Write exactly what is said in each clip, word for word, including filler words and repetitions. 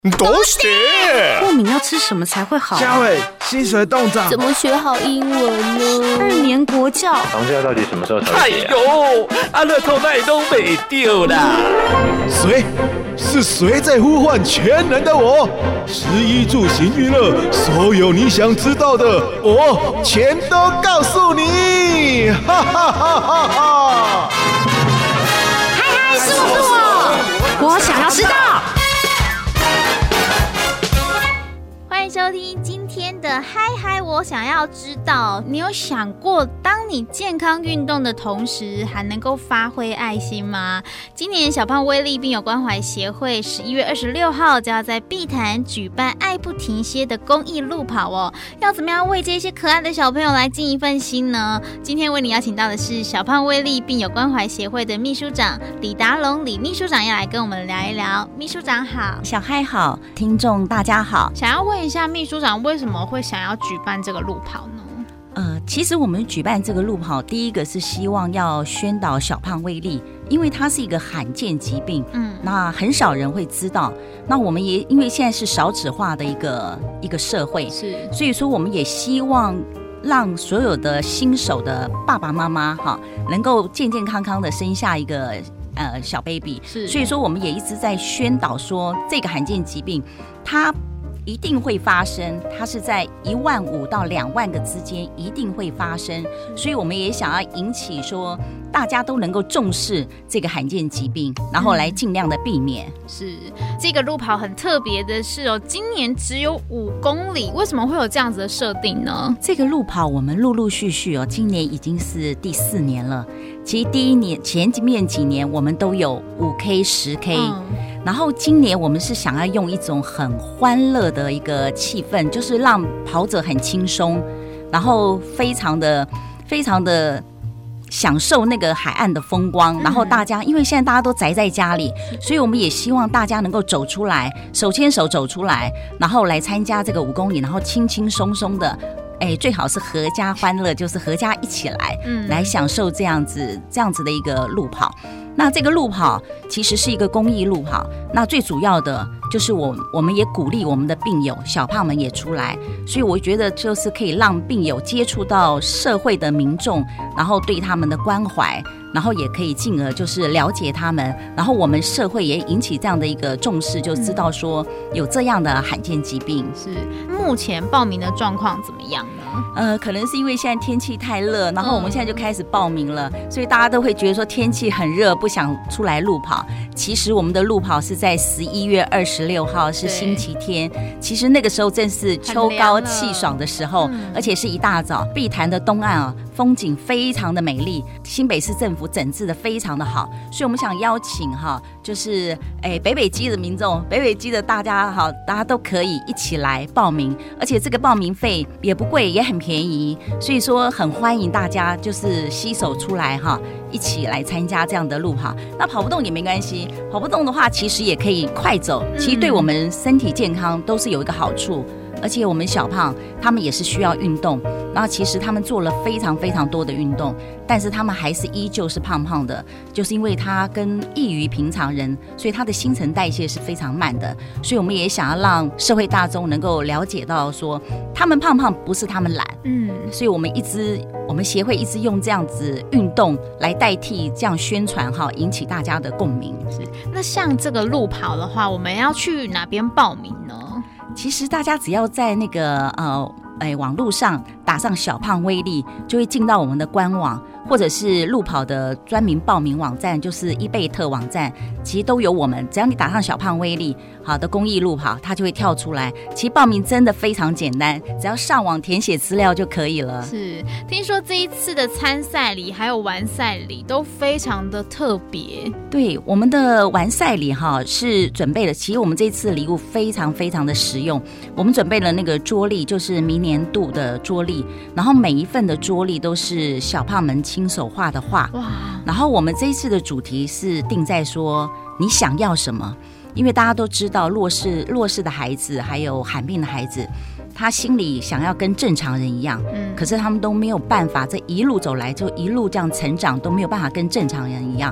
どうして？ 过敏要吃什么才会好、啊？ 嘉伟，薪水冻涨， 怎么学好英文呢？ 二年国教， 房价到底什么时候才哎会跌啊？ 呦，啊乐透那都没丢啦！ 谁？是谁在呼唤全能的我？食衣住行娱乐，所有你想知道的，我全都告诉你！哈哈哈哈哈！ 嗨嗨，是我是我，我想要知道。 欢迎收听今天的嗨嗨，我想要知道，你有想过，当你健康运动的同时，还能够发挥爱心吗？今年小胖威力病友关怀协会十一月二十六号就要在碧潭举办爱不停歇的公益路跑哦，要怎么样为这些可爱的小朋友来尽一份心呢？今天为你邀请到的是小胖威力病友关怀协会的秘书长李达龙，李秘书长要来跟我们聊一聊。秘书长好。 小嗨好，听众大家好。 想要问一下秘书长，为什么会想要举办这个路跑呢？ 呃，其实我们举办这个路跑，第一个是希望要宣导小胖威力，因为它是一个罕见疾病，嗯，那很少人会知道。那我们也因为现在是少子化的一个一个社会， 是，所以说我们也希望让所有的新手的爸爸妈妈哈，能够健健康康的生下一个呃小 baby。是，所以说我们也一直在宣导说，这个罕见疾病它一定会发生，它是在一万五到两万个之间一定会发生，所以我们也想要引起说大家都能够重视这个罕见疾病，然后来尽量的避免。 嗯、是这个路跑很特别的是哦，今年只有五公里，为什么会有这样子的设定呢？ 这个路跑我们陆陆续续哦，今年已经是第四年了。其实第一年前面几年我们都有五 K、十 K。嗯，然后今年我们是想要用一种很欢乐的一个气氛，就是让跑者很轻松，然后非常的非常的享受那个海岸的风光，然后大家因为现在大家都宅在家里，所以我们也希望大家能够走出来，手牵手走出来，然后来参加这个五公里，然后轻轻松松的，哎，最好是合家欢乐，就是合家一起来，嗯，来享受这样子这样子的一个路跑。那这个路跑其实是一个公益路跑，那最主要的就是我我们也鼓励我们的病友小胖们也出来，所以我觉得就是可以让病友接触到社会的民众，然后对他们的关怀，然后也可以进而就是了解他们，然后我们社会也引起这样的一个重视，就知道说有这样的罕见疾病。 是，目前报名的状况怎么样呢？ 呃，可能是因为现在天气太热，然后我们现在就开始报名了，嗯，所以大家都会觉得说天气很热，不想出来路跑。其实我们的路跑是在十一月二十六号，是星期天。其实那个时候正是秋高气爽的时候，嗯，而且是一大早，碧潭的东岸啊，风景非常的美丽，新北市政府整治的非常的好，所以我们想邀请哈，就是哎北北基的民众，北北基的大家好，大家都可以一起来报名，而且这个报名费也不贵，也很便宜，所以说很欢迎大家就是携手出来哈，一起来参加这样的路跑。那跑不动也没关系，跑不动的话其实也可以快走，其实对我们身体健康都是有一个好处。而且我们小胖他们也是需要运动，然后其实他们做了非常非常多的运动，但是他们还是依旧是胖胖的，就是因为他跟异于平常人，所以他的新陈代谢是非常慢的。所以我们也想要让社会大众能够了解到说，他们胖胖不是他们懒，嗯，所以我们一直我们协会一直用这样子运动来代替这样宣传哈，引起大家的共鸣。 是，那像这个路跑的话，我们要去哪边报名呢？ 其实大家只要在那个呃哎网络上打上小胖威力，就会进到我们的官网，或者是路跑的专门报名网站，就是伊贝特网站，其实都有我们。只要你打上小胖威力好的公益路跑，它就会跳出来。其实报名真的非常简单，只要上网填写资料就可以了。 是，听说这一次的参赛礼还有完赛礼都非常的特别。 对，我们的完赛礼哈是准备了，其实我们这次礼物非常非常的实用。我们准备了那个桌历，就是明年度的桌历，然后每一份的桌历都是小胖们亲手画的画。哇！然后我们这一次的主题是定在说你想要什么，因为大家都知道弱势弱势的孩子还有罕病的孩子，他心里想要跟正常人一样，嗯，可是他们都没有办法，这一路走来就一路这样成长，都没有办法跟正常人一样。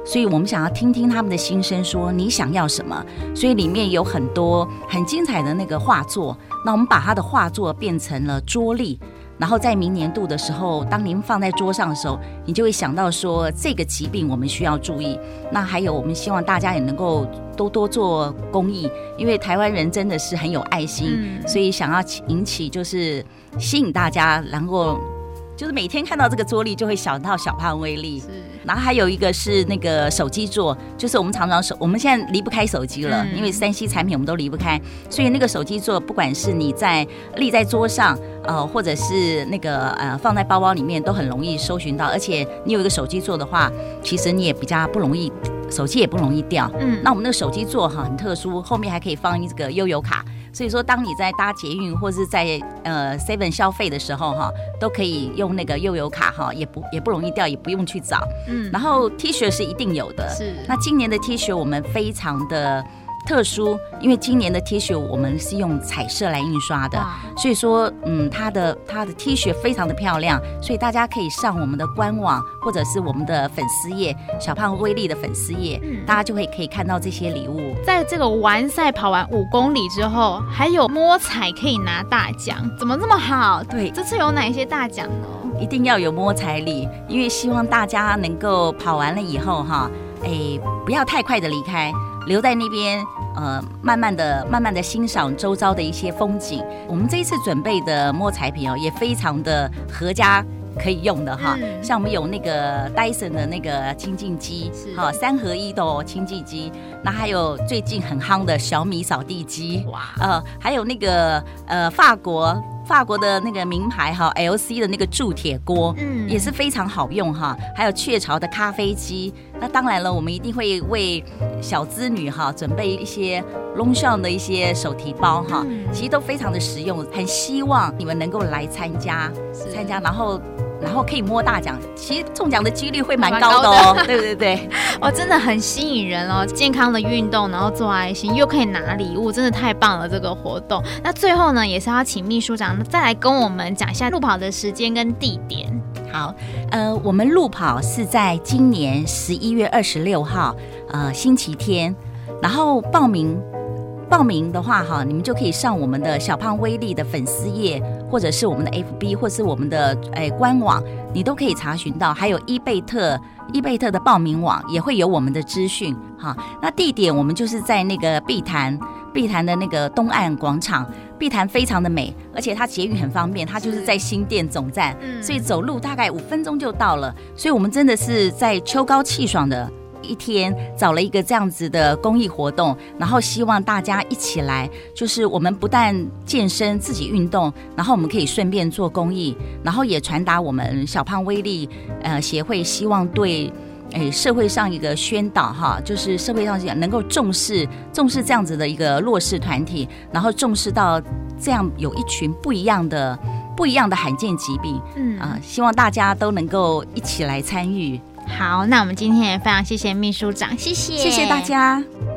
所以我们想要听听他们的心声，说你想要什么。所以里面有很多很精彩的那个画作，那我们把他的画作变成了桌历。然后在明年度的时候，当您放在桌上的时候，你就会想到说这个疾病我们需要注意。那还有我们希望大家也能够多多做公益，因为台湾人真的是很有爱心，嗯、所以想要引起就是吸引大家，然后就是每天看到这个桌历就会想到小胖威力。然后还有一个是那个手机座，就是我们常常手我们现在离不开手机了，嗯、因为三 C 产品我们都离不开，所以那个手机座不管是你在立在桌上，呃，或者是那个呃放在包包里面，都很容易搜寻到。而且你有一个手机座的话，其实你也比较不容易，手机也不容易掉。嗯，那我们那个手机座哈很特殊，后面还可以放一个悠游卡。所以说，当你在搭捷运或是在呃 seven 消费的时候哈，都可以用那个悠游卡哈，也不也不容易掉，也不用去找。嗯，然后 T 恤是一定有的。是。那今年的 T 恤我们非常的特殊，因为今年的 T 恤我们是用彩色来印刷的，所以说嗯，它的它的 T 恤非常的漂亮，所以大家可以上我们的官网或者是我们的粉丝页小胖威力的粉丝页，嗯、大家就会可以看到这些礼物。 在这个完赛跑完五公里之后，还有摸彩可以拿大奖，怎么这么好？ 对， 这次有哪一些大奖呢？ 一定要有摸彩礼，因为希望大家能够跑完了以后哈，哎，不要太快的离开，留在那边。呃，慢慢的、慢慢的欣赏周遭的一些风景。我们这一次准备的摸彩品哦，也非常的合家可以用的哈。嗯、像我们有那个 Dyson 的那个清净机，哈，三合一的哦清净机。那还有最近很夯的小米扫地机，哇，呃，还有那个呃法国。法国的那个名牌哈 L C 的那个铸铁锅，嗯，也是非常好用哈。还有雀巢的咖啡机，那当然了，我们一定会为小资女哈准备一些 Longchamp 的一些手提包哈，嗯、其实都非常的实用，很希望你们能够来参加参加，然后。然后可以摸大奖，其实中奖的几率会蛮高的哦。对对对， 哦，真的很吸引人哦！健康的运动，然后做爱心，又可以拿礼物，真的太棒了！这个活动。那最后呢，也是要请秘书长再来跟我们讲一下路跑的时间跟地点。 好，呃，我们路跑是在今年十一月二十六号，呃，星期天，然后报名。报名的话哈，你们就可以上我们的小胖威力的粉丝页，或者是我们的 F B， 或是我们的诶官网，你都可以查询到。还有伊贝特伊贝特的报名网也会有我们的资讯哈。那地点我们就是在那个碧潭碧潭的那个东岸广场，碧潭非常的美，而且它捷运很方便，它就是在新店总站，所以走路大概五分钟就到了。所以我们真的是在秋高气爽的一天找了一个这样子的公益活动，然后希望大家一起来，就是我们不但健身自己运动，然后我们可以顺便做公益，然后也传达我们小胖威力呃协会希望对诶社会上一个宣导哈，就是社会上能够重视重视这样子的一个弱势团体，然后重视到这样有一群不一样的不一样的罕见疾病，嗯啊、呃，希望大家都能够一起来参与。 好，那我们今天也非常谢谢秘书长，谢谢， 谢谢大家。